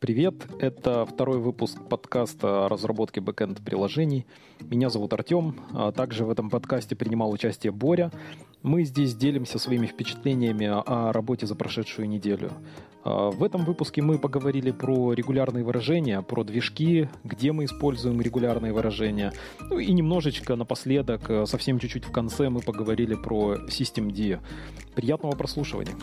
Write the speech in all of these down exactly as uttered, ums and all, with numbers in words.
Привет, это второй выпуск подкаста о разработке бэкэнд-приложений. Меня зовут Артем, а также в этом подкасте принимал участие Боря. Мы здесь делимся своими впечатлениями о работе за прошедшую неделю. В этом выпуске мы поговорили про регулярные выражения, про движки, где мы используем регулярные выражения. Ну и немножечко напоследок, совсем чуть-чуть в конце, мы поговорили про Systemd. Приятного прослушивания.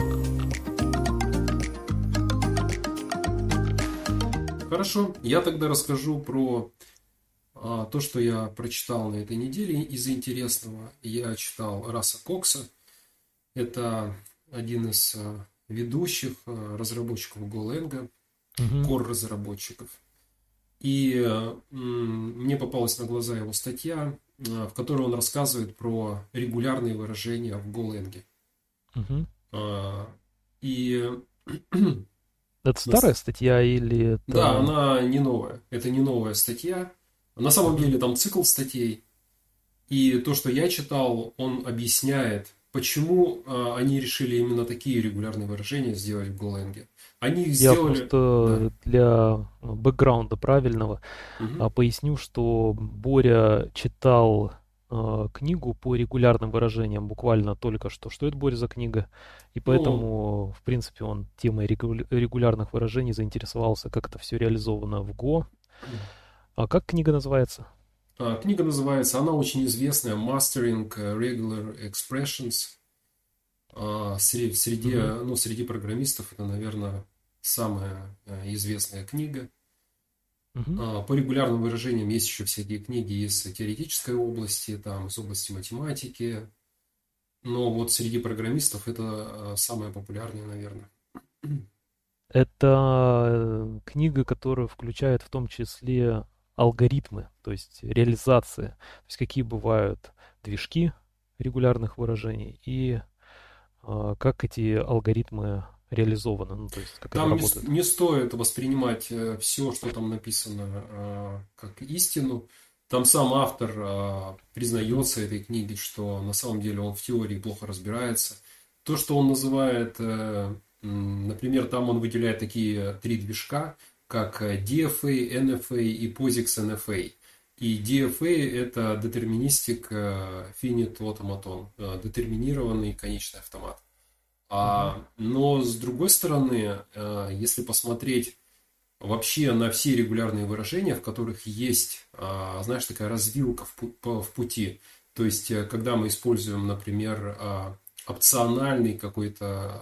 Хорошо, я тогда расскажу про а, то, что я прочитал на этой неделе из интересного. Я читал Раса Кокса. Это один из а, ведущих а, разработчиков Golang, uh-huh. core-разработчиков. И а, м, мне попалась на глаза его статья, а, в которой он рассказывает про регулярные выражения в Golang. Uh-huh. А, и... Это старая статья или... Это... Да, она не новая. Это не новая статья. На самом деле там цикл статей. И то, что я читал, он объясняет, почему а, они решили именно такие регулярные выражения сделать в Golang. Они их сделали... Я просто да. для бэкграунда правильного угу. поясню, что Боря читал... книгу по регулярным выражениям буквально только что. Что это, Боря, за книга? И поэтому, ну, в принципе, он темой регулярных выражений заинтересовался, как это все реализовано в Go. А как книга называется? А, книга называется, она очень известная, Mastering Regular Expressions. А, среди, среди, mm-hmm. ну, среди программистов это, наверное, самая известная книга. Uh-huh. По регулярным выражениям есть еще всякие книги из теоретической области, там, из области математики. Но вот среди программистов это самое популярное, наверное. Это книга, которая включает в том числе алгоритмы, то есть реализация. То есть какие бывают движки регулярных выражений и а, как эти алгоритмы реализовано, ну, то есть как там это не, работает. Не стоит воспринимать все, что там написано, как истину. Там сам автор признается этой книге, что на самом деле он в теории плохо разбирается. То, что он называет, например, там он выделяет такие три движка, как ди эф эй, эн эф эй и POSIX эн эф эй. И ди эф эй это Deterministic Finite Automaton, детерминированный конечный автомат. А, но с другой стороны, если посмотреть вообще на все регулярные выражения, в которых есть, знаешь, такая развилка в пути, то есть когда мы используем, например, опциональный какой-то,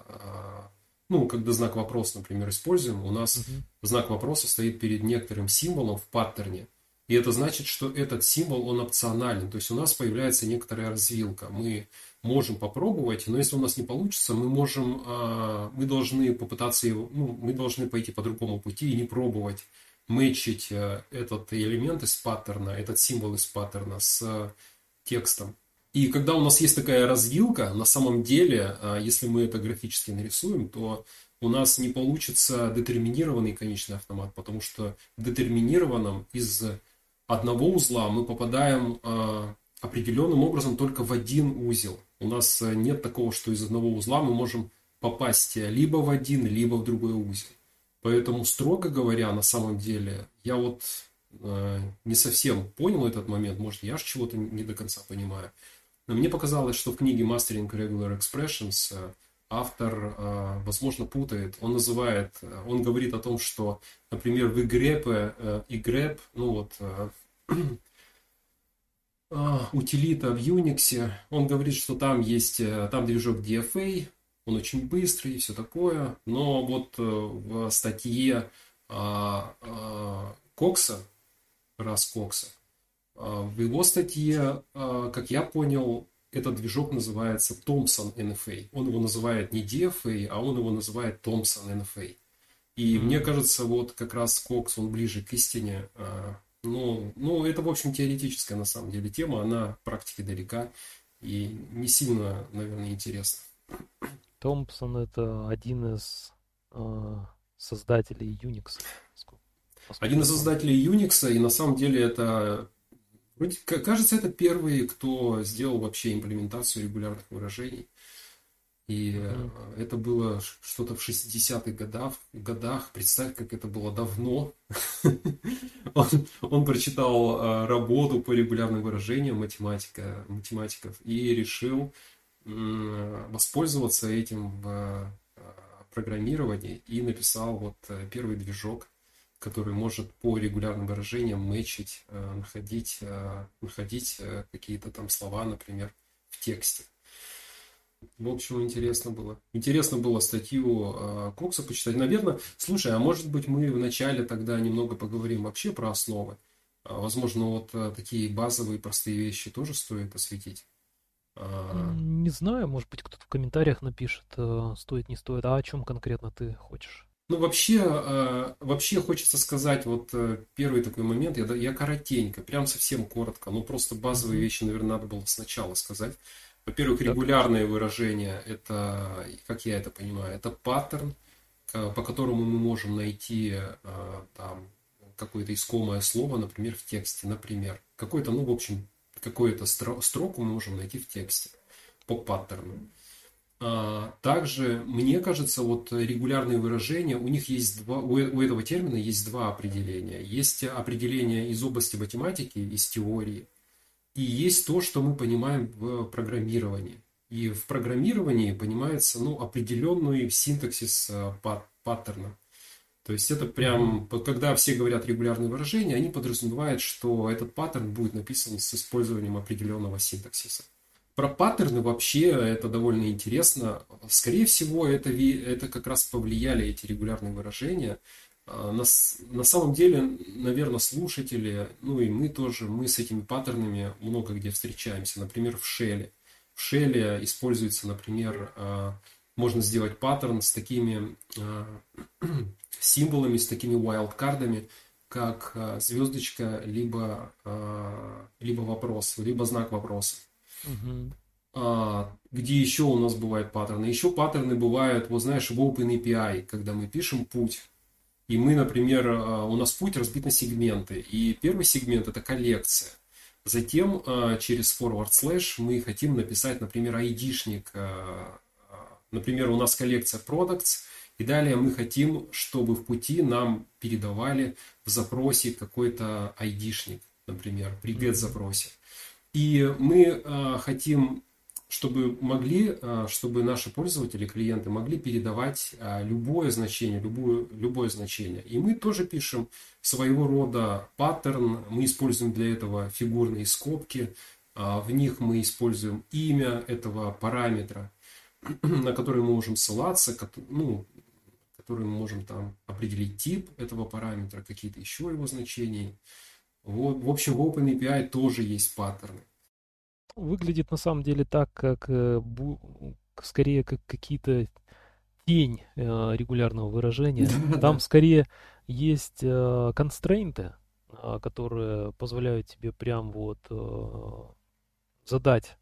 ну, когда знак вопроса, например, используем, у нас uh-huh. знак вопроса стоит перед некоторым символом в паттерне, и это значит, что этот символ, он опциональный, то есть у нас появляется некоторая развилка, мы можем попробовать, но если у нас не получится, мы можем, мы должны попытаться его, ну, мы должны пойти по другому пути и не пробовать мэчить этот элемент из паттерна, этот символ из паттерна с текстом. И когда у нас есть такая развилка, на самом деле, если мы это графически нарисуем, то у нас не получится детерминированный конечный автомат, потому что в детерминированном из одного узла мы попадаем определенным образом только в один узел. У нас нет такого, что из одного узла мы можем попасть либо в один, либо в другой узел. Поэтому, строго говоря, на самом деле, я вот э, не совсем понял этот момент. Может, я же чего-то не до конца понимаю. Но мне показалось, что в книге Mastering Regular Expressions э, автор, э, возможно, путает. Он называет, он говорит о том, что, например, в игреп, э, игреп, ну вот... Э, утилита в Unix, он говорит, что там есть, там движок ди эф эй, он очень быстрый и все такое, но вот в статье Кокса, Рас Кокса, в его статье, как я понял, этот движок называется Thompson эн эф эй. Он его называет не ди эф эй, а он его называет Thompson эн эф эй. И mm-hmm. мне кажется, вот как раз Кокс, он ближе к истине. Ну, ну, это, в общем, теоретическая, на самом деле, тема, она практике далека и не сильно, наверное, интересна. Томпсон – это один из э, создателей Unix. Один из создателей Unix, и на самом деле это, вроде, кажется, это первый, кто сделал вообще имплементацию регулярных выражений. И Мгм. это было что-то в шестидесятых годах, годах. Представь, как это было давно. Он, он прочитал а, работу по регулярным выражениям математика, математиков и решил м, воспользоваться этим в а, программировании и написал вот э, первый движок, который может по регулярным выражениям мэчить, а, находить, а, находить а, какие-то там слова, например, в тексте. В общем, интересно было. Интересно было статью э, Кокса почитать. Наверное, слушай, а может быть мы вначале тогда немного поговорим вообще про основы? А, возможно, вот э, такие базовые простые вещи тоже стоит осветить. А, М, Не знаю, может быть, кто-то в комментариях напишет, э, стоит, не стоит. А о чем конкретно ты хочешь? ну, вообще, э, вообще хочется сказать, вот э, первый такой момент, я, да- я коротенько, прям совсем коротко, ну просто базовые Мгм. вещи, наверное, надо было сначала сказать. Во-первых, Да, конечно. регулярные выражения, это, как я это понимаю, это паттерн, э, по которому мы можем найти э, там какое-то искомое слово, например, в тексте, например. Какой-то, ну, в общем, какую-то стро- строку мы можем найти в тексте по паттерну. А, Также, мне кажется, вот регулярные выражения, у них есть два, у э- у этого термина есть два определения. Есть определение из области математики, из теории, и есть то, что мы понимаем в программировании. И в программировании понимается, ну, определенный синтаксис э, пат- паттерна. То есть это Мгм. прям, когда все говорят регулярные выражения, они подразумевают, что этот паттерн будет написан с использованием определенного синтаксиса. Про паттерны вообще это довольно интересно. Скорее всего, это, ви- это как раз повлияли эти регулярные выражения. А, На, с- на самом деле, наверное, слушатели, ну и мы тоже, мы с этими паттернами много где встречаемся. Например, в шеле. В шеле используется, например, а, можно сделать паттерн с такими а, символами, с такими wildcard'ами, как а, звездочка, либо, а, либо вопрос, либо знак вопроса. Мгм. А, где еще у нас бывают паттерны? Еще паттерны бывают, вот знаешь, в OpenAPI, когда мы пишем путь. И мы, например, а, у нас путь разбит на сегменты. И первый сегмент – это коллекция. Затем а, через forward slash мы хотим написать, например, айдишник. а, а, Например, у нас коллекция products. И далее мы хотим, чтобы в пути нам передавали в запросе какой-то айдишник, например, при Мгм. get-запросе. И мы а, хотим, чтобы могли, а, чтобы наши пользователи, клиенты могли передавать а, любое значение, любую, любое значение. И мы тоже пишем своего рода паттерн. Мы используем для этого фигурные скобки. А, в них мы используем имя этого параметра, на который мы можем ссылаться, кот- ну, который мы можем там определить тип этого параметра, какие-то еще его значения. Вот, в общем, в OpenAPI тоже есть паттерны. Выглядит на самом деле так, как э, бу- скорее как какие-то тень э, регулярного выражения. Да, Там да. скорее есть э, констрейнты, а, которые позволяют тебе прям вот э, задать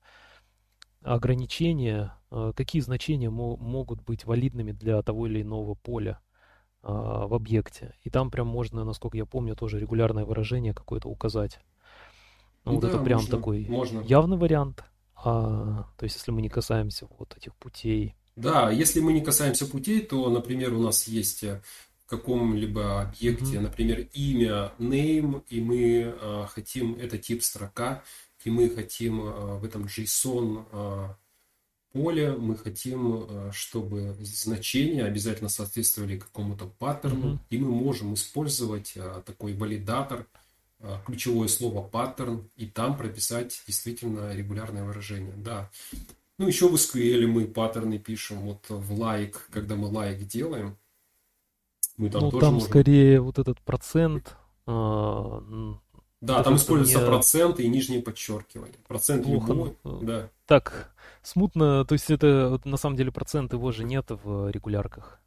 ограничения, э, какие значения мо- могут быть валидными для того или иного поля а, в объекте. И там прям можно, насколько я помню, тоже регулярное выражение какое-то указать. Ну, вот это Да, прям можно, такой можно. явный вариант. А, то есть, если мы не касаемся вот этих путей. Да, если мы не касаемся путей, то, например, у нас есть э, в каком-либо объекте, Мгм. например, имя, name, и мы э, хотим, это тип строка, и мы хотим э, в этом JSON э, поле, мы хотим, э, чтобы значения обязательно соответствовали какому-то паттерну, Мгм. и мы можем использовать э, такой валидатор, э, ключевое слово паттерн, и там прописать действительно регулярное выражение. Да, ну, еще в эс ку эль мы паттерны пишем. Вот в like, когда мы like делаем, мы там Ну, тоже там можем. скорее вот этот процент, а, м, Да, даже там это используется мне процент и нижнее подчеркивание. Процент плохо, н- любой, э, да. так смутно, то есть это вот на самом деле процент его же нет в регулярках.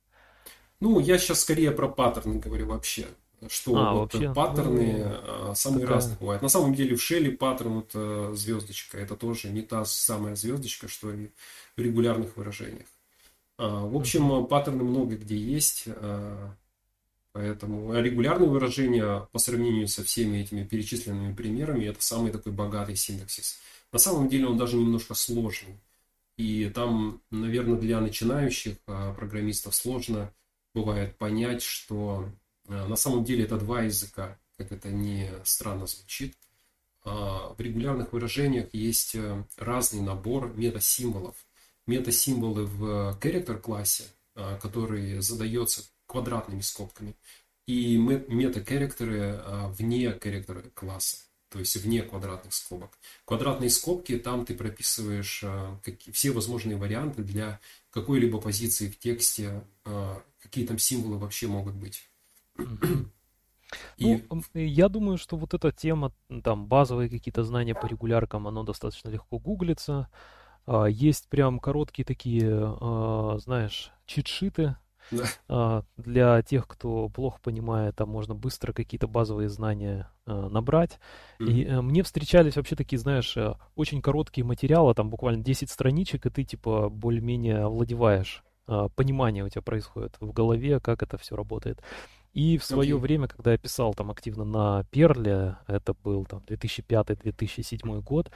Ну, я сейчас скорее про паттерны говорю вообще. Что А, вот э, вообще, паттерны ну, э, самые разные такая. бывают. На самом деле в шеле паттерн вот, э, звездочка. Это тоже не та самая звездочка, что и в регулярных выражениях. А, В общем, Мгм. э, паттерны много где есть. э, Поэтому регулярные выражения по сравнению со всеми этими перечисленными примерами это самый такой богатый синтаксис. На самом деле он даже немножко сложный. И там, наверное, для начинающих а, программистов сложно бывает понять, что а, на самом деле это два языка, как это ни странно звучит. А, в регулярных выражениях есть а, разный набор метасимволов. Метасимволы в character классе, а, который задается квадратными скобками, и мета-characterы а, вне character класса, то есть вне квадратных скобок. Квадратные скобки, там ты прописываешь а, какие, все возможные варианты для какой-либо позиции в тексте, а, какие там символы вообще могут быть. Мгм. Ну, И м, я думаю, что вот эта тема, м, там, базовые какие-то знания по регуляркам, оно достаточно легко гуглится. А, Есть прям короткие такие, а, знаешь, чит-шиты, да, а, для тех, кто плохо понимает, там можно быстро какие-то базовые знания а, набрать. И мгм, э, мне встречались вообще такие, знаешь, э, очень короткие материалы, там буквально десять страничек, и ты типа более-менее овладеваешь, а, понимание у тебя происходит в голове, как это все работает. И в свое окей. время, когда я писал там активно на Перле, это был там две тысячи пятый — две тысячи седьмой год,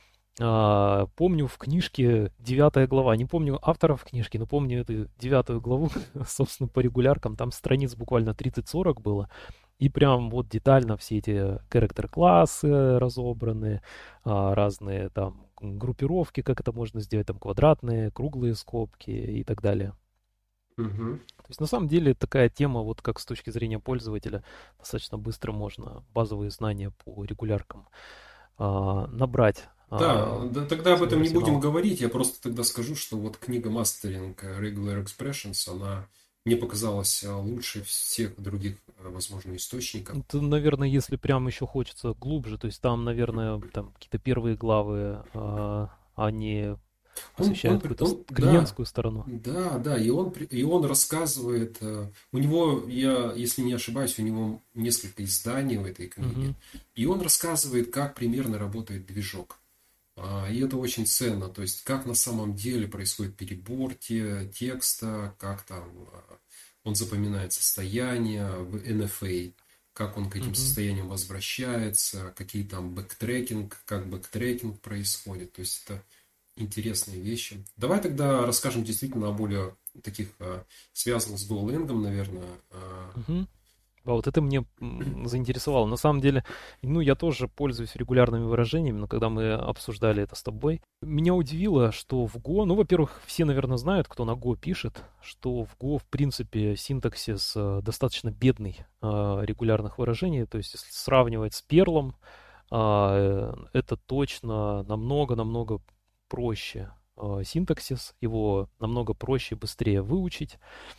а, помню в книжке девятая глава, не помню авторов книжки, но помню эту девятую главу, собственно, по регуляркам, там страниц буквально тридцать-сорок было, и прям вот детально все эти character-классы разобраны, а, разные там группировки, как это можно сделать, там квадратные, круглые скобки и так далее. Мгм. То есть на самом деле такая тема, вот как с точки зрения пользователя, достаточно быстро можно базовые знания по регуляркам а, набрать Да, а, да, тогда в об свой этом не будем арсенал. говорить. Я просто тогда скажу, что вот книга Mastering Regular Expressions, она мне показалась а, лучше всех других а, возможных источников. Это, наверное, если прям еще хочется глубже, то есть там, наверное, там какие-то первые главы, а, они Он, он, освещают при- какую-то с- он, да, клиентскую сторону. да, да, и он, при- и он рассказывает, э, у него, я, если не ошибаюсь, у него несколько изданий в этой книге, Мгм. и он рассказывает, как примерно работает движок. А, И это очень ценно, то есть как на самом деле происходит перебор те- текста, как там а, он запоминает состояние в эн эф эй, как он к этим Мгм. состояниям возвращается, какие там бэктрекинг, как бэктрекинг происходит. То есть это интересные вещи. Давай тогда расскажем действительно о более таких а, связанных с Golang, наверное. а. Мгм. А вот это мне м, заинтересовало. На самом деле, ну, я тоже пользуюсь регулярными выражениями, но когда мы обсуждали это с тобой, меня удивило, что в Go, ну, во-первых, все, наверное, знают, кто на Go пишет, что в Go, в принципе, синтаксис э, достаточно бедный э, регулярных выражений. То есть, если сравнивать с Перлом, а, э, это точно намного-намного проще э, синтаксис, его намного проще и быстрее выучить.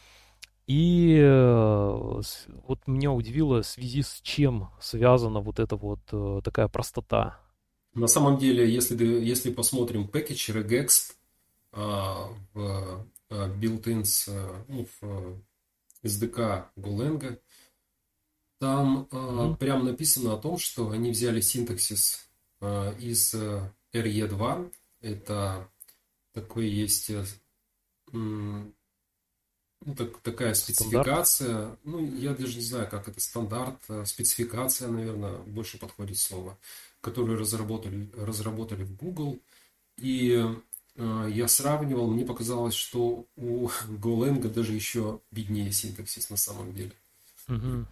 И э, с- вот меня удивило, в связи с чем связана вот эта вот э, такая простота. На самом деле, если, ты- если посмотрим package regex а, в а, built-ins, а, ну, в а, эс ди кей Golang, там а, Мгм, прям написано о том, что они взяли синтаксис а, из а, эр и два. Это такой есть э, м, ну, так- такая стандарт. спецификация. Ну, я даже не знаю, как это стандарт, а, спецификация, наверное, больше подходит слово, которую разработали, разработали в Google. И э, я сравнивал, мне показалось, что у Golang даже еще беднее синтаксис на самом деле. Мгм,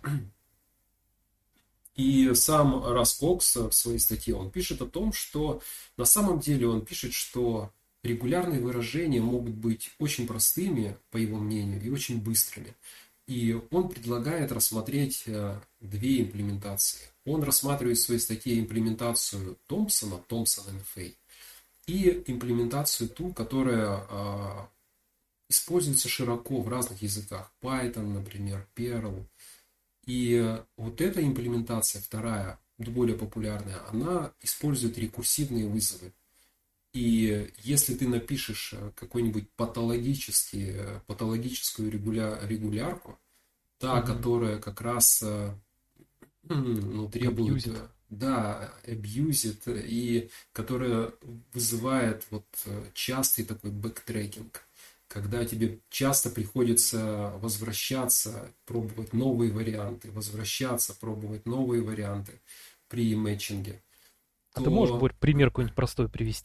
И сам Рас Кокс в своей статье, он пишет о том, что на самом деле он пишет, что регулярные выражения могут быть очень простыми, по его мнению, и очень быстрыми. И он предлагает рассмотреть э, две имплементации. Он рассматривает в своей статье имплементацию Томпсона, Томпсон эн эф эй, и имплементацию ту, которая а, используется широко в разных языках. Python, например, Perl. И вот эта имплементация, вторая, более популярная, она использует рекурсивные вызовы. И если ты напишешь э, какой-нибудь патологический, э, патологическую регуля, регулярку, та, мгм. которая как раз э, ну, требует, Абьюзит. э, да, абьюзит, и которая вызывает вот э, частый такой бэктрекинг, когда тебе часто приходится возвращаться, пробовать новые варианты, возвращаться, пробовать новые варианты при мэтчинге, А ты можешь, то Борь, пример какой-нибудь простой привести?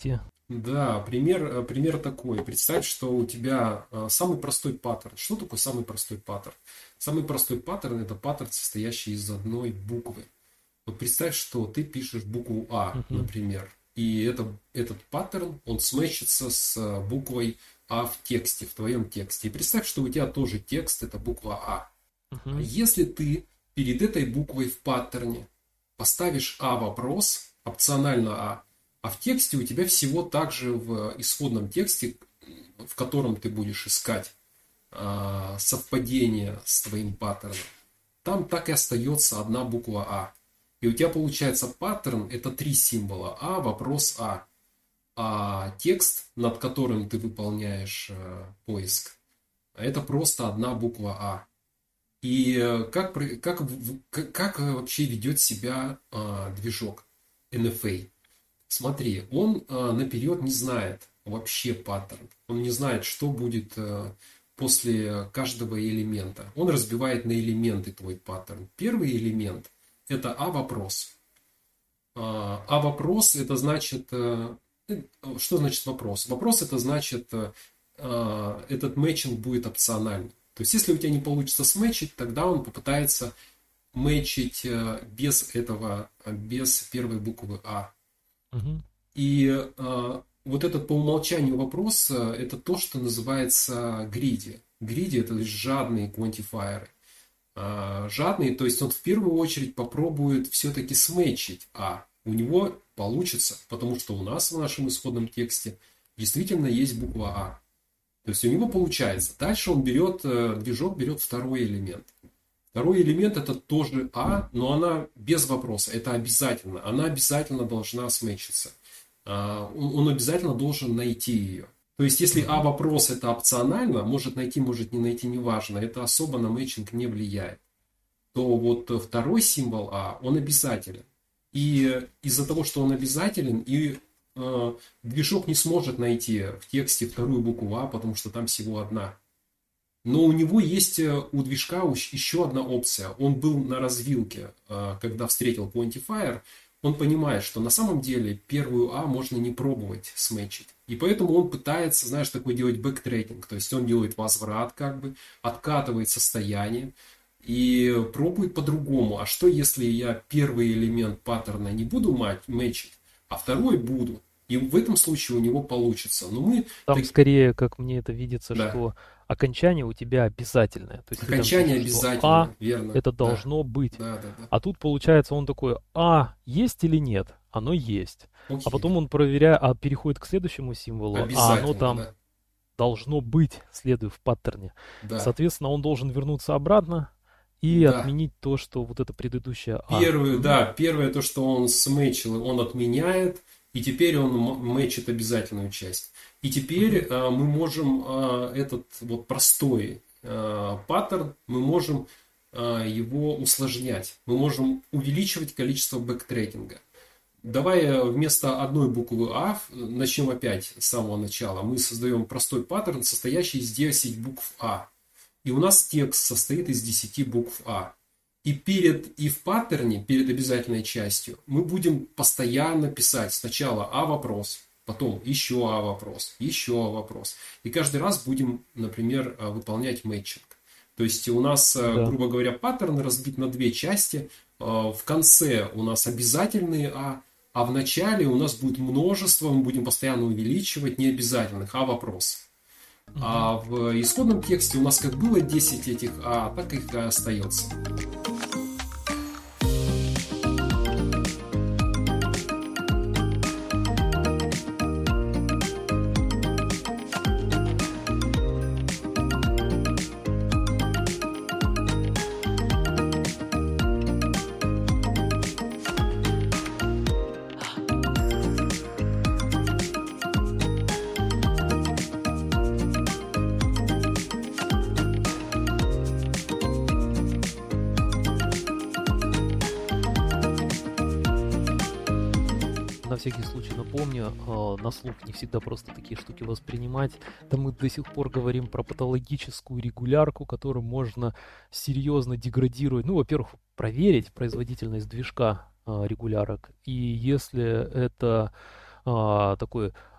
Да, пример, э, пример такой. Представь, что у тебя э, самый простой паттерн. Что такое самый простой паттерн? Самый простой паттерн – это паттерн, состоящий из одной буквы. Вот представь, что ты пишешь букву А, Мгм. например, и это, этот паттерн, он смэчится с э, буквой А в тексте, в твоем тексте. И представь, что у тебя тоже текст – это буква А. А Мгм. если ты перед этой буквой в паттерне поставишь А вопрос, опционально А, а в тексте у тебя всего также в исходном тексте, в котором ты будешь искать а, совпадение с твоим паттерном, там так и остается одна буква А. И у тебя получается паттерн – это три символа. А, вопрос А. А текст, над которым ты выполняешь э, поиск, это просто одна буква А. И э, как, про- как, в- как, как э, вообще ведет себя а, движок эн эф эй? Смотри, он а, наперед не знает вообще паттерн. Он не знает, что будет а, после каждого элемента. Он разбивает на элементы твой паттерн. Первый элемент – это А-вопрос. А а вопрос – это значит… э, э, Что значит вопрос? Вопрос – это значит, э, а, этот мэтчинг будет опциональным. То есть, если у тебя не получится сметчить, тогда он попытается мэтчить э, без этого, э, без первой буквы А. Мгм. И э, вот этот по умолчанию вопрос, э, это то, что называется гриди. Гриди – это жадные квантифайеры. А, жадный, то есть он в первую очередь попробует все-таки сметчить А. У него получится, потому что у нас в нашем исходном тексте действительно есть буква А. То есть у него получается. Дальше он берет, э, движок берет второй элемент. Второй элемент это тоже А, но она без вопроса. Это обязательно. Она обязательно должна сметчиться. А, Он он обязательно должен найти ее. То есть, если А Мгм. вопрос это опционально, может найти, может не найти, неважно, это особо на мэтчинг не влияет, то вот второй символ А, он обязателен. И из-за того, что он обязателен, и э, движок не сможет найти в тексте вторую букву А, потому что там всего одна. Но у него есть, э, у движка уж еще одна опция. Он был на развилке, э, когда встретил Quantifier. Он понимает, что на самом деле первую А можно не пробовать сметчить. И поэтому он пытается, знаешь, такой делать бэктрекинг. То есть он делает возврат, как бы, откатывает состояние и пробует по-другому. А что, если я первый элемент паттерна не буду мэтчить, а второй буду? И в этом случае у него получится. Но мы Там так, скорее, как мне это видится, да, что окончание у тебя обязательное. То есть ты там окончание пишешь, что А обязательно, верно. это Да, должно быть. да, да, да. А тут получается он такой, А есть или нет? Оно есть. А Окей. потом он проверяет, а переходит к следующему символу, а оно Обязательно, там да. должно быть, следуя в паттерне. Да, Соответственно, он должен вернуться обратно и да. отменить то, что вот это предыдущее А. Первую, Мгм. да, первое то, что он сметчил, он отменяет, и теперь он м- мэчит обязательную часть. И теперь Мгм. э, мы можем э, этот вот простой э, паттерн, мы можем э, его усложнять. Мы можем увеличивать количество бэктрекинга. Давай э, вместо одной буквы А э, начнем опять с самого начала. Мы создаем простой паттерн, состоящий из десяти букв А. И у нас текст состоит из десяти букв А. И перед и в паттерне, перед обязательной частью, мы будем постоянно писать сначала А вопрос, потом еще А вопрос, еще А вопрос. И каждый раз будем, например, э, выполнять мэтчинг. То есть у нас, э, Да. грубо говоря, паттерн разбит на две части. Э, В конце у нас обязательные А, а в начале у нас будет множество, мы будем постоянно увеличивать необязательных А вопрос. Мгм. А в исходном тексте у нас как было десять этих А, так их и остается. На всякий случай напомню, э, на слух не всегда просто такие штуки воспринимать. Да мы до сих пор говорим про патологическую регулярку, которую можно серьезно деградировать. Ну, во-первых, проверить производительность движка э, регулярок. И если это а, такой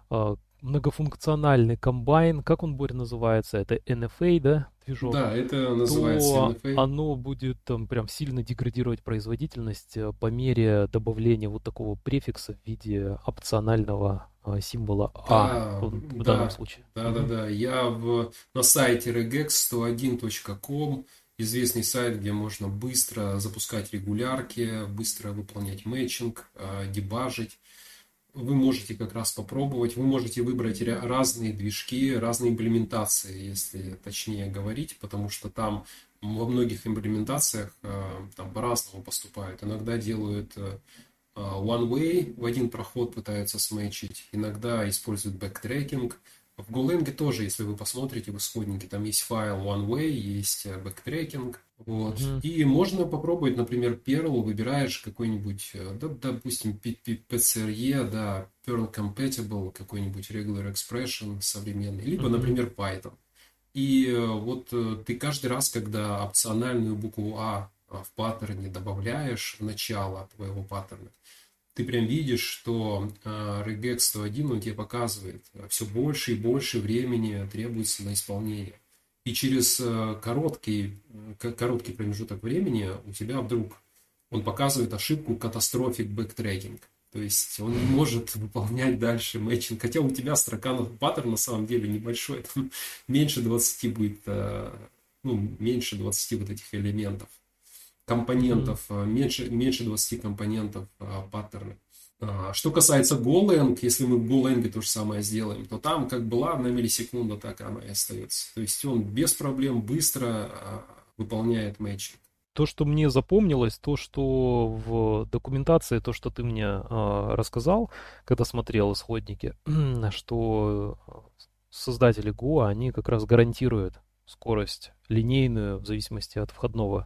многофункциональный комбайн, как он, Боря, называется? Это эн эф эй, да, движок? Да, это называется То эн эф эй. оно будет там прям сильно деградировать производительность э, по мере добавления вот такого префикса в виде опционального э, символа А Да, в, в данном да, случае. да, да, Мгм. да. Я в, на сайте regex сто один точка ком, известный сайт, где можно быстро запускать регулярки, быстро выполнять мэтчинг, э, дебажить. Вы можете как раз попробовать, вы можете выбрать ря- разные движки, разные имплементации, если точнее говорить, потому что там во многих имплементациях э, там по-разному поступают. Иногда делают э, э, one way, в один проход пытаются сметчить, иногда используют бэктрекинг. В Golang тоже, если вы посмотрите в исходнике, там есть файл one way, есть э, бэктрекинг. Вот. Мгм. И можно попробовать, например, Perl, выбираешь какой-нибудь, э, да, допустим, пи си ар и, да, Perl Compatible, какой-нибудь Regular Expression современный, либо, Мгм. например, Python. И э, вот э, ты каждый раз, когда опциональную букву А а, в паттерне добавляешь в начало твоего паттерна, ты прям видишь, что э, regex сто один он тебе показывает, э, все больше и больше времени требуется на исполнение. И через э, короткий, к- короткий промежуток времени у тебя вдруг он показывает ошибку catastrophic backtracking. То есть он не может выполнять дальше мэтчинг. Хотя у тебя строка на паттерн на самом деле небольшой. Там меньше двадцати будет, э, ну, меньше двадцати вот этих элементов Мгм. компонентов, э, меньше, меньше двадцати компонентов э, паттерна. А, Что касается Golang, если мы в Golang то же самое сделаем, то там как была одна миллисекунда, так она и остается. То есть он без проблем быстро а, выполняет мэтчинг. То, что мне запомнилось, то, что в документации, то, что ты мне а, рассказал, когда смотрел исходники, что э, создатели Go, они как раз гарантируют скорость линейную в зависимости от входного,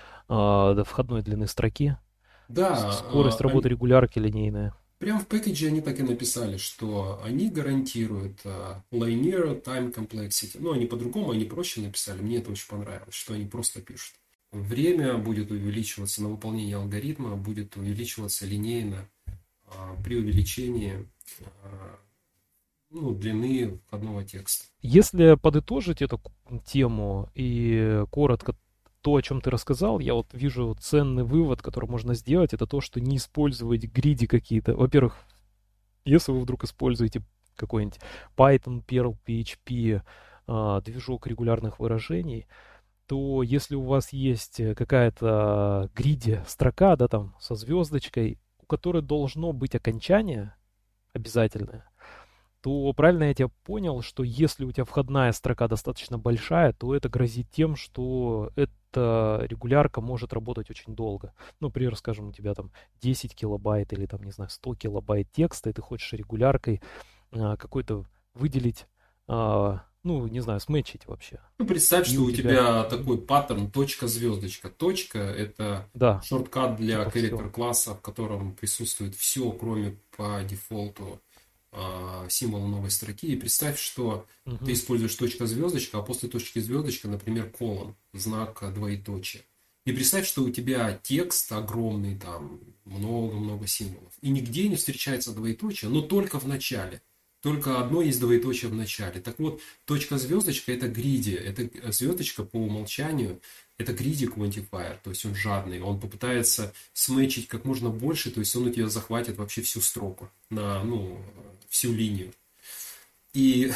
а, до входной длины строки, с- Да, скорость а, работы они- регулярки линейная. прямо в пэкэдже они так и написали, что они гарантируют а, linear time complexity. Ну, они по-другому, они проще написали. Мне это очень понравилось, что они просто пишут. Время будет увеличиваться на выполнение алгоритма, будет увеличиваться линейно а, при увеличении а, ну, длины входного текста. Если подытожить эту к- тему и коротко то, о чем ты рассказал, я вот вижу ценный вывод, который можно сделать, это то, что не использовать гриди какие-то. Во-первых, если вы вдруг используете какой-нибудь Python, Perl, пи эйч пи, а, движок регулярных выражений, то если у вас есть э, какая-то гриди строка, да, там, со звездочкой, у которой должно быть окончание обязательное, то правильно я тебя понял, что если у тебя входная строка достаточно большая, то это грозит тем, что эта регулярка может работать очень долго. Ну, например, скажем, у тебя там десять килобайт или там, не знаю, сто килобайт текста, и ты хочешь регуляркой а, какой-то выделить, а, ну, не знаю, сметчить вообще. Ну, представь, И что у у тебя, тебя Мгм. такой паттерн точка-звездочка. Точка – это Да, шорткат для типа все. character класса, в котором присутствует все, кроме по дефолту а, символа новой строки. И представь, что ты используешь точка-звездочка, а после точки звездочка, например, колон, знак двоеточия. И представь, что у тебя текст огромный, там много-много символов. И нигде не встречается двоеточие, но только в начале. Только одно есть двоеточие в начале. Так вот, точка-звездочка – это гриди. Это звездочка по умолчанию. Это гриди quantifier, то есть он жадный. Он попытается сметчить как можно больше, то есть он у тебя захватит вообще всю строку, на, ну, всю линию. И,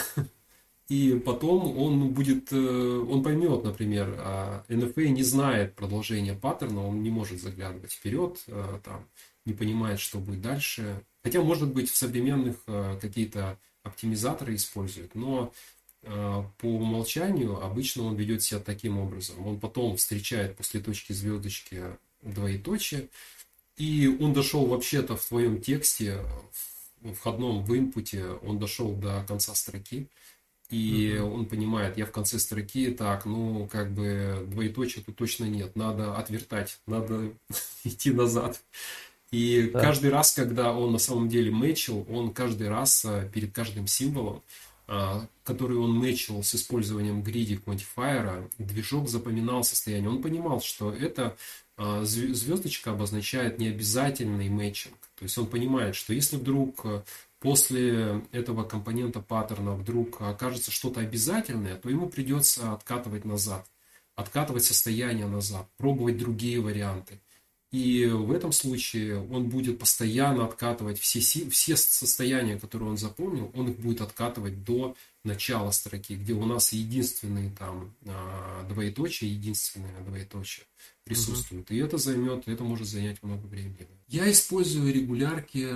и потом он будет, э, он поймет, например, а эн эф эй не знает продолжения паттерна, он не может заглядывать вперед, э, там, не понимает, что будет дальше. Хотя, может быть, в современных э, какие-то оптимизаторы используют, но э, по умолчанию обычно он ведет себя таким образом. Он потом встречает после точки звездочки двоеточие, и он дошел вообще-то в твоем тексте, в входном в инпуте, он дошел до конца строки, и Мгм. он понимает, я в конце строки, так, ну, как бы двоеточия тут точно нет, надо отвертать, надо идти назад. И Да. каждый раз, когда он на самом деле мэчил, он каждый раз а, перед каждым символом, а, который он мэчил с использованием гриди квантифайера, движок запоминал состояние. Он понимал, что это а, звездочка обозначает необязательный мэчинг. То есть он понимает, что если вдруг а, после этого компонента паттерна вдруг окажется что-то обязательное, то ему придется откатывать назад, откатывать состояние назад, пробовать другие варианты. И в этом случае он будет постоянно откатывать все, все состояния, которые он запомнил, он их будет откатывать до начала строки, где у нас единственные там двоеточие, единственное двоеточие присутствует. Uh-huh. И это займет, это может занять много времени. Я использую регулярки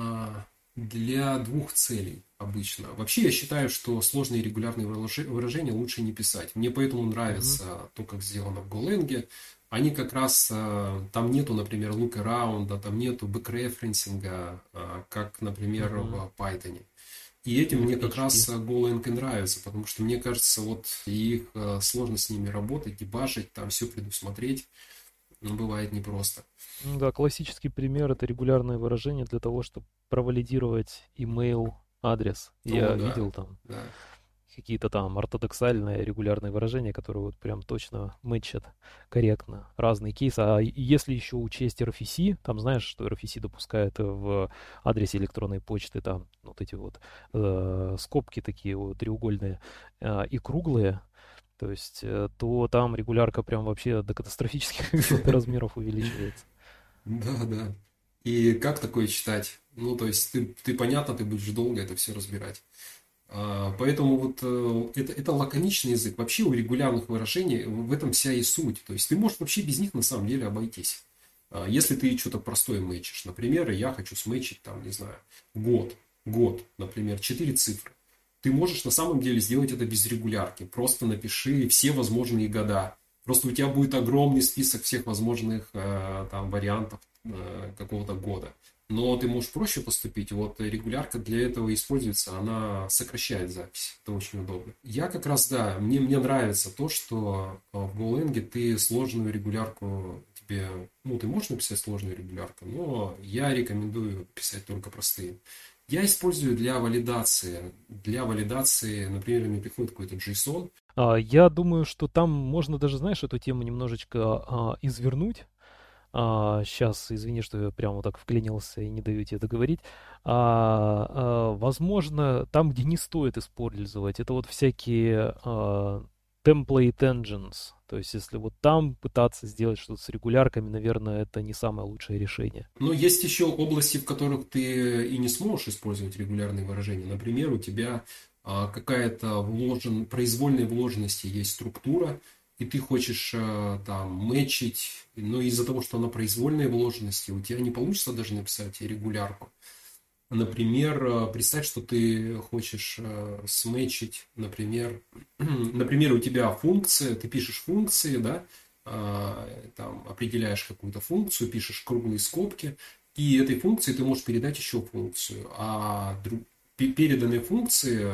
для двух целей обычно. Вообще я считаю, что сложные регулярные выражения лучше не писать. Мне поэтому нравится uh-huh. то, как сделано в Golang. Они как раз, там нету, например, look-around, там нету бэк-референсинга, как, например, uh-huh. в Python. И этим мне как раз Golang и нравится, потому что мне кажется, вот их сложно с ними работать, дебажить, там все предусмотреть, но бывает непросто. Да, классический пример — это регулярное выражение для того, чтобы провалидировать email адрес. О, Я да, видел там. Да. Какие-то там ортодоксальные регулярные выражения, которые вот прям точно мэтчат корректно разные кейсы. А если еще учесть эр эф си, там знаешь, что эр эф си допускает в адресе электронной почты там вот эти вот э, скобки такие вот треугольные э, и круглые, то есть э, то там регулярка прям вообще до катастрофических размеров увеличивается. Да, да. И как такое читать? Ну, то есть ты, ты понятно, ты будешь долго это все разбирать. Поэтому вот это, это лаконичный язык. Вообще у регулярных выражений в этом вся и суть. То есть ты можешь вообще без них на самом деле обойтись. Если ты что-то простое мэчишь. Например, я хочу сметчить там, не знаю, год. Год, например, четыре цифры. Ты можешь на самом деле сделать это без регулярки. Просто напиши все возможные года. Просто у тебя будет огромный список всех возможных там вариантов какого-то года. Но ты можешь проще поступить. Вот регулярка для этого используется, она сокращает запись. Это очень удобно. Я как раз, да, мне, мне нравится то, что в Golang ты сложную регулярку тебе... Ну, ты можешь написать сложную регулярку, но я рекомендую писать только простые. Я использую для валидации. Для валидации, например, мне приходит какой-то JSON. Я думаю, что там можно даже, знаешь, эту тему немножечко а, извернуть. А, сейчас, извини, что я прямо вот так вклинился и не даю тебе договорить. А, а, возможно, там, где не стоит использовать, это вот всякие а, template engines. То есть, если вот там пытаться сделать что-то с регулярками, наверное, это не самое лучшее решение. Но есть еще области, в которых ты и не сможешь использовать регулярные выражения. Например, у тебя а, какая-то вложен, произвольной вложенности есть структура, и ты хочешь там мэтчить, но из-за того, что она произвольной вложенности, у тебя не получится даже написать регулярку. Например, представь, что ты хочешь смэтчить, например, например, у тебя функция, ты пишешь функции, да, там определяешь какую-то функцию, пишешь круглые скобки, и этой функции ты можешь передать еще функцию, а переданные функции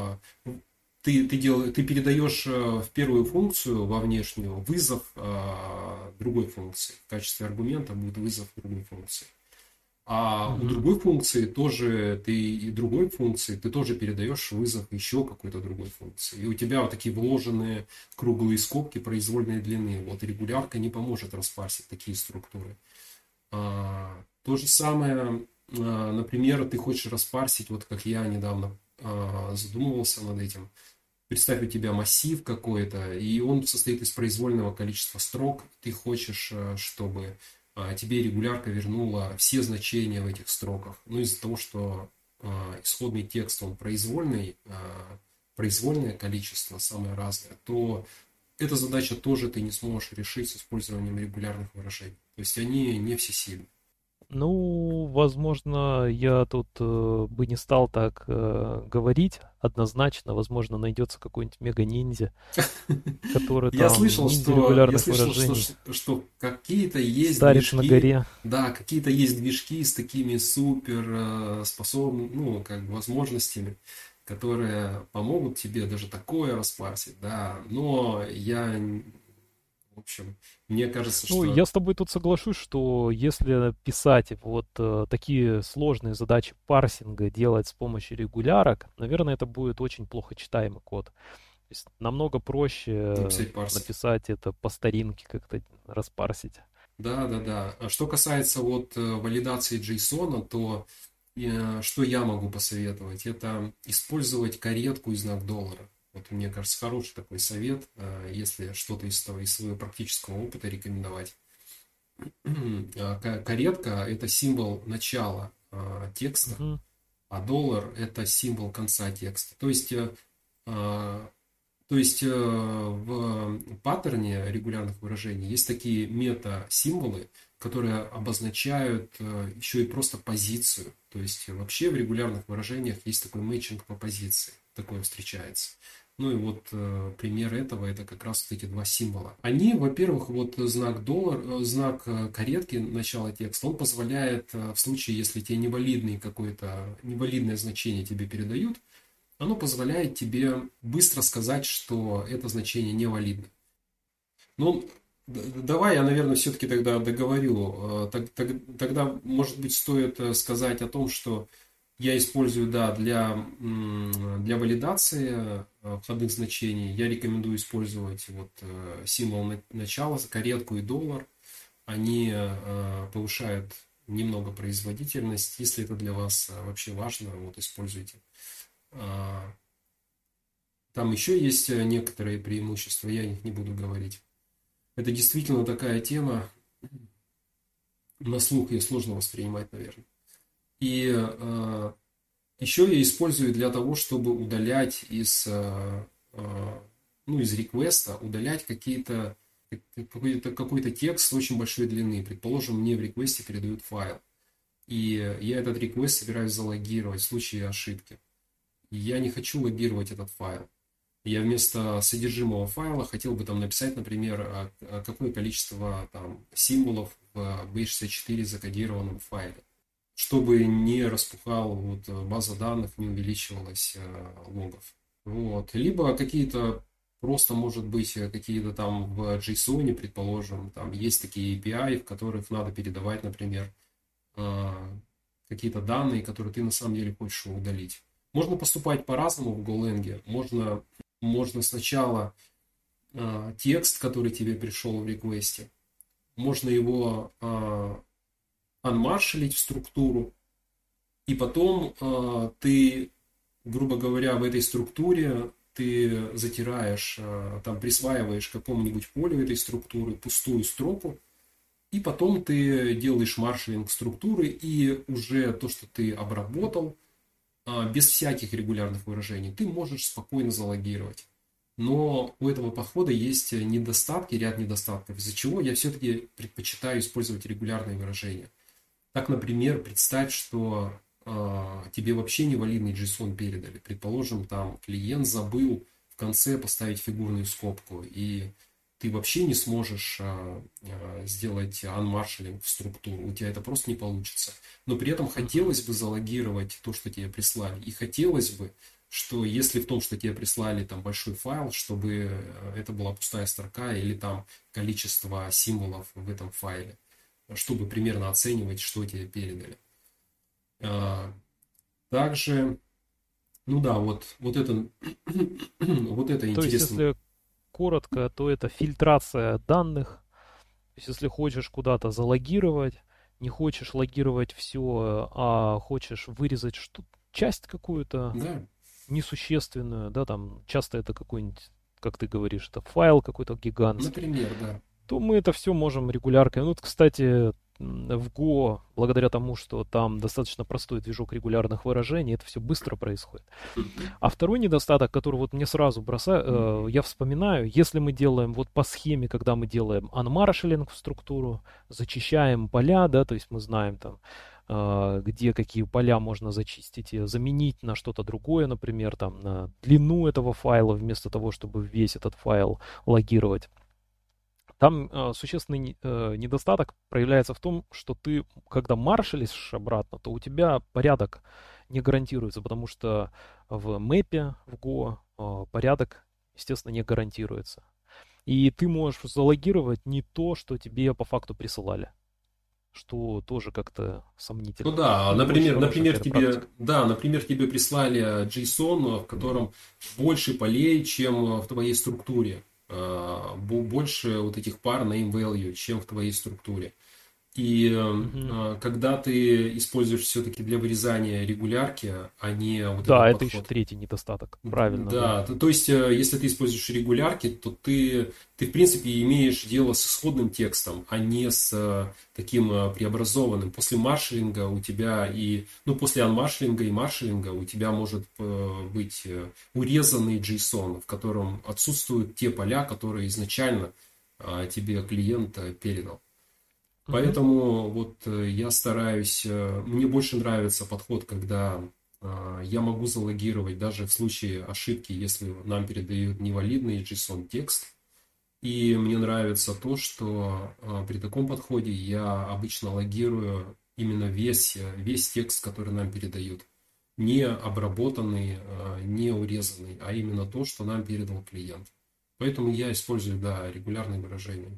Ты, ты, дел, ты передаешь в первую функцию, во внешнюю, вызов э, другой функции. В качестве аргумента будет вызов другой функции. А mm-hmm. у другой функции тоже ты и другой функции ты тоже передаешь вызов еще какой-то другой функции. И у тебя вот такие вложенные круглые скобки произвольной длины. Вот регулярка не поможет распарсить такие структуры. А, то же самое, а, например, ты хочешь распарсить, вот как я недавно а, задумывался над этим. Представь, у тебя массив какой-то, и он состоит из произвольного количества строк. Ты хочешь, чтобы тебе регулярка вернула все значения в этих строках. Но из-за того, что исходный текст, он произвольный, произвольное количество, самое разное, то эта задача тоже ты не сможешь решить с использованием регулярных выражений. То есть они не всесильны. Ну, возможно, я тут э, бы не стал так э, говорить однозначно. Возможно, найдется какой-нибудь мега-ниндзя, который там... Я слышал, что какие-то есть движки... на горе. Да, какие-то есть движки с такими супер способными, ну, как бы возможностями, которые помогут тебе даже такое распарсить, да. Но я... В общем, мне кажется, что... Ну, я с тобой тут соглашусь, что если писать вот э, такие сложные задачи парсинга делать с помощью регулярок, наверное, это будет очень плохо читаемый код. То есть намного проще написать это по старинке, как-то распарсить. Да, да, да. А что касается вот валидации JSON, то что я могу посоветовать? Это использовать каретку и знак доллара. Вот мне кажется, хороший такой совет, если что-то из, того, из своего практического опыта рекомендовать. Каретка – это символ начала текста, Мгм. а доллар – это символ конца текста. То есть, то есть в паттерне регулярных выражений есть такие мета-символы, которые обозначают еще и просто позицию. То есть вообще в регулярных выражениях есть такой мэтчинг по позиции. Такое встречается. Ну и вот э, пример этого, это как раз вот эти два символа. Они, во-первых, вот знак доллар, знак каретки, начала текста, он позволяет в случае, если тебе невалидный какое-то, невалидное значение тебе передают, оно позволяет тебе быстро сказать, что это значение невалидно. Ну, давай я, наверное, все-таки тогда договорю. Тогда, может быть, стоит сказать о том, что я использую, да, для, для валидации входных значений. Я рекомендую использовать вот символ начала, каретку и доллар. Они повышают немного производительность. Если это для вас вообще важно, вот используйте. Там еще есть некоторые преимущества, я о них не буду говорить. Это действительно такая тема, на слух ее сложно воспринимать, наверное. И э, еще я использую для того, чтобы удалять из, э, ну, из реквеста, удалять какие-то, какой-то, какой-то текст очень большой длины. Предположим, мне в реквесте передают файл. И я этот реквест собираюсь залогировать в случае ошибки. И я не хочу логировать этот файл. Я вместо содержимого файла хотел бы там написать, например, какое количество там символов в би шестьдесят четыре закодированном файле, чтобы не распухал вот база данных, не увеличивалась логов. Вот. Либо какие-то просто, может быть, какие-то там в JSON, предположим, там есть такие эй пи ай, в которых надо передавать, например, какие-то данные, которые ты на самом деле хочешь удалить. Можно поступать по-разному в Golang. Можно, можно сначала э, текст, который тебе пришел в реквесте, можно его э, анмаршалить в структуру, и потом э, ты, грубо говоря, в этой структуре ты затираешь, э, там присваиваешь какому-нибудь полю этой структуры пустую строку, и потом ты делаешь маршалинг структуры, и уже то, что ты обработал, без всяких регулярных выражений, ты можешь спокойно залогировать. Но у этого подхода есть недостатки, ряд недостатков, из-за чего я все-таки предпочитаю использовать регулярные выражения. Так, например, представь, что э, тебе вообще невалидный JSON передали. Предположим, там клиент забыл в конце поставить фигурную скобку, и ты вообще не сможешь э, э, сделать анмаршалинг в структуру. У тебя это просто не получится. Но при этом хотелось бы залогировать то, что тебе прислали. И хотелось бы, что если в том, что тебе прислали там большой файл, чтобы это была пустая строка или там количество символов в этом файле, чтобы примерно оценивать, что тебе передали. А, также, ну да, вот, вот это, вот это интересно. То есть, если коротко, то это фильтрация данных. То есть, если хочешь куда-то залогировать, не хочешь логировать все, а хочешь вырезать что часть какую-то да. несущественную, да, там часто это какой-нибудь, как ты говоришь, это файл какой-то гигантский. Например, да. То мы это все можем регуляркой. Ну, кстати, в Go, благодаря тому, что там достаточно простой движок регулярных выражений, это все быстро происходит. А второй недостаток, который вот мне сразу бросаю, э, я вспоминаю, если мы делаем вот по схеме, когда мы делаем анмаршалинг в структуру, зачищаем поля, да, то есть мы знаем там, э, где какие поля можно зачистить и заменить на что-то другое, например, там на длину этого файла, вместо того, чтобы весь этот файл логировать. Там э, существенный э, недостаток проявляется в том, что ты, когда маршалишь обратно, то у тебя порядок не гарантируется, потому что в мэпе, в Go э, порядок, естественно, не гарантируется. И ты можешь залогировать не то, что тебе по факту присылали, что тоже как-то сомнительно. Ну да, например, например тебе, да, например, тебе прислали JSON, в котором больше полей, чем в твоей структуре. Больше вот этих пар name value, чем в твоей структуре. И Мгм. э, когда ты используешь все-таки для вырезания регулярки, а не вот Да, этот это еще подход. третий недостаток. Правильно, да. Да, то, то есть, э, если ты используешь регулярки, то ты, ты, в принципе, имеешь дело с исходным текстом, а не с э, таким э, преобразованным. После маршалинга у тебя и, ну, после анмаршалинга и маршалинга у тебя может э, быть э, урезанный JSON, в котором отсутствуют те поля, которые изначально э, тебе клиент э, передал. Мгм. Поэтому вот э, я стараюсь, э, мне больше нравится подход, когда э, я могу залогировать даже в случае ошибки, если нам передают невалидный JSON текст. И мне нравится то, что э, при таком подходе я обычно логирую именно весь, э, весь текст, который нам передают. Не обработанный, э, не урезанный, а именно то, что нам передал клиент. Поэтому я использую, да, регулярные выражения.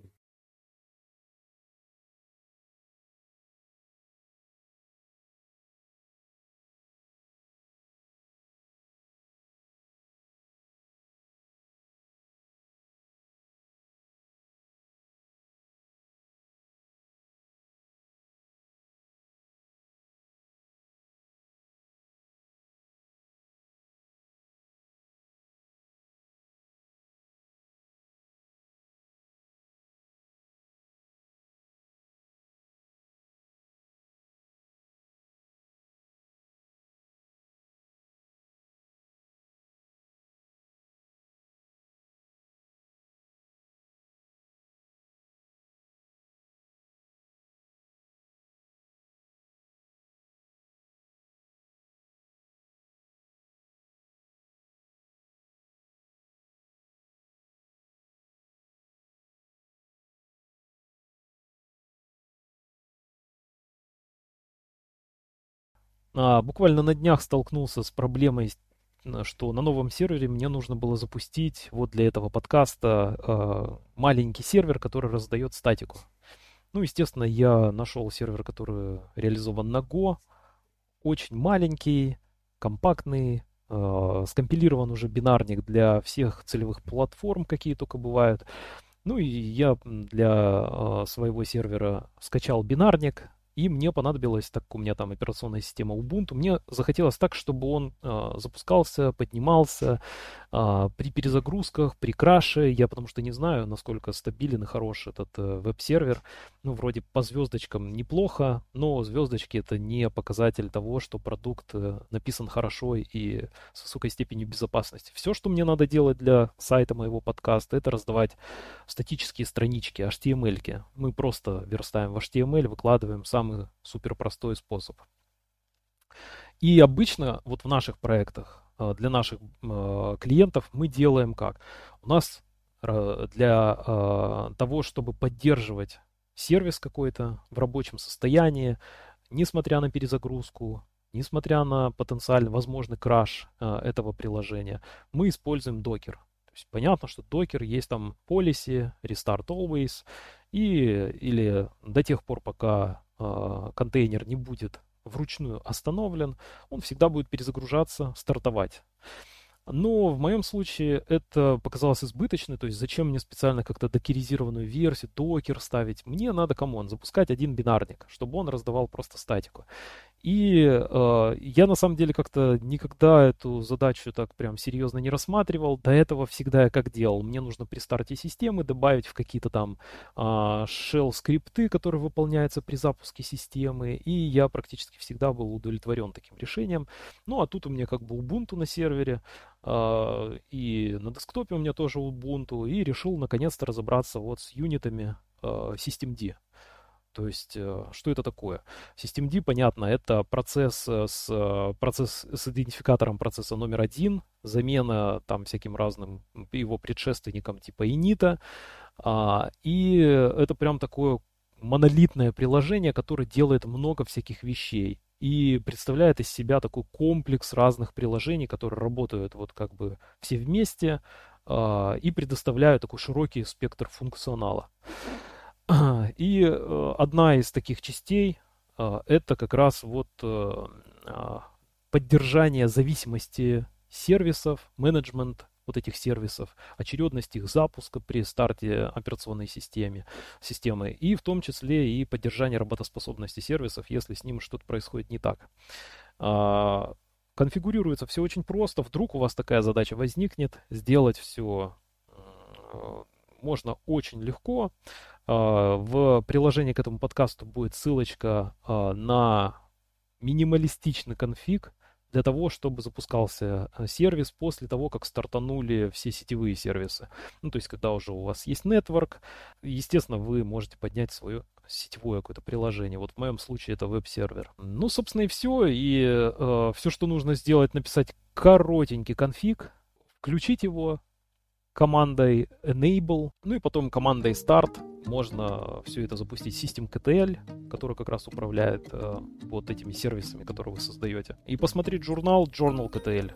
А, буквально на днях столкнулся с проблемой, н- что на новом сервере мне нужно было запустить вот для этого подкаста а, маленький сервер, который раздает статику. Ну, естественно, я нашел сервер, который реализован на Go, очень маленький, компактный, а, скомпилирован уже бинарник для всех целевых платформ, какие только бывают. Ну и я для а, своего сервера скачал бинарник, и мне понадобилось, так как у меня там операционная система Ubuntu, мне захотелось так, чтобы он а, запускался, поднимался а, при перезагрузках, при краше. Я потому что не знаю, насколько стабилен и хорош этот э, веб-сервер. Ну, вроде по звездочкам неплохо, но звездочки это не показатель того, что продукт э, написан хорошо и с высокой степенью безопасности. Все, что мне надо делать для сайта моего подкаста, это раздавать статические странички, эйч ти эм эль-ки. Мы просто верстаем в эйч ти эм эль, выкладываем самый супер простой способ. И обычно вот в наших проектах э, для наших э, клиентов мы делаем как? У нас э, для э, того, чтобы поддерживать сервис какой-то в рабочем состоянии, несмотря на перезагрузку, несмотря на потенциально возможный краш э, этого приложения, мы используем докер. То есть понятно, что докер есть там policy, restart always, и, или до тех пор, пока э, контейнер не будет вручную остановлен, он всегда будет перезагружаться, стартовать. Но в моем случае это показалось избыточно, то есть зачем мне специально как-то докеризированную версию, докер ставить? Мне надо, камон, запускать один бинарник, чтобы он раздавал просто статику. И э, я на самом деле как-то никогда эту задачу так прям серьезно не рассматривал. До этого всегда я как делал? Мне нужно при старте системы добавить в какие-то там э, shell скрипты, которые выполняются при запуске системы. И я практически всегда был удовлетворен таким решением. Ну а тут у меня как бы Ubuntu на сервере. э, и на десктопе у меня тоже Ubuntu. И решил наконец-то разобраться вот с юнитами э, systemd. То есть, э, что это такое? Systemd, понятно, это процесс э, с, э, процесс с идентификатором процесса номер один, замена там всяким разным его предшественникам типа init. А, и это прям такое монолитное приложение, которое делает много всяких вещей и представляет из себя такой комплекс разных приложений, которые работают вот как бы все вместе а, и предоставляют такой широкий спектр функционала. И э, одна из таких частей э, это как раз вот э, а, поддержание зависимости сервисов, менеджмент вот этих сервисов, очередность их запуска при старте операционной системы, системы и в том числе и поддержание работоспособности сервисов, если с ним что-то происходит не так. Конфигурируется все очень просто. Вдруг у вас такая задача возникнет, сделать все можно очень легко. В приложении к этому подкасту будет ссылочка на минималистичный конфиг для того, чтобы запускался сервис после того, как стартанули все сетевые сервисы. Ну, то есть, когда уже у вас есть нетворк, естественно, вы можете поднять свое сетевое какое-то приложение. Вот в моем случае это веб-сервер. Ну, собственно, и все. И э, все, что нужно сделать, написать коротенький конфиг, включить его командой enable, ну и потом командой start можно все это запустить systemctl, который как раз управляет э, вот этими сервисами, которые вы создаете. И посмотреть журнал journal.ktl.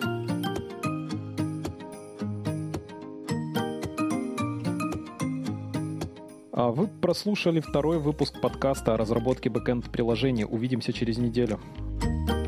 Вы прослушали второй выпуск подкаста о разработке бэкэнд-приложений. Увидимся через неделю.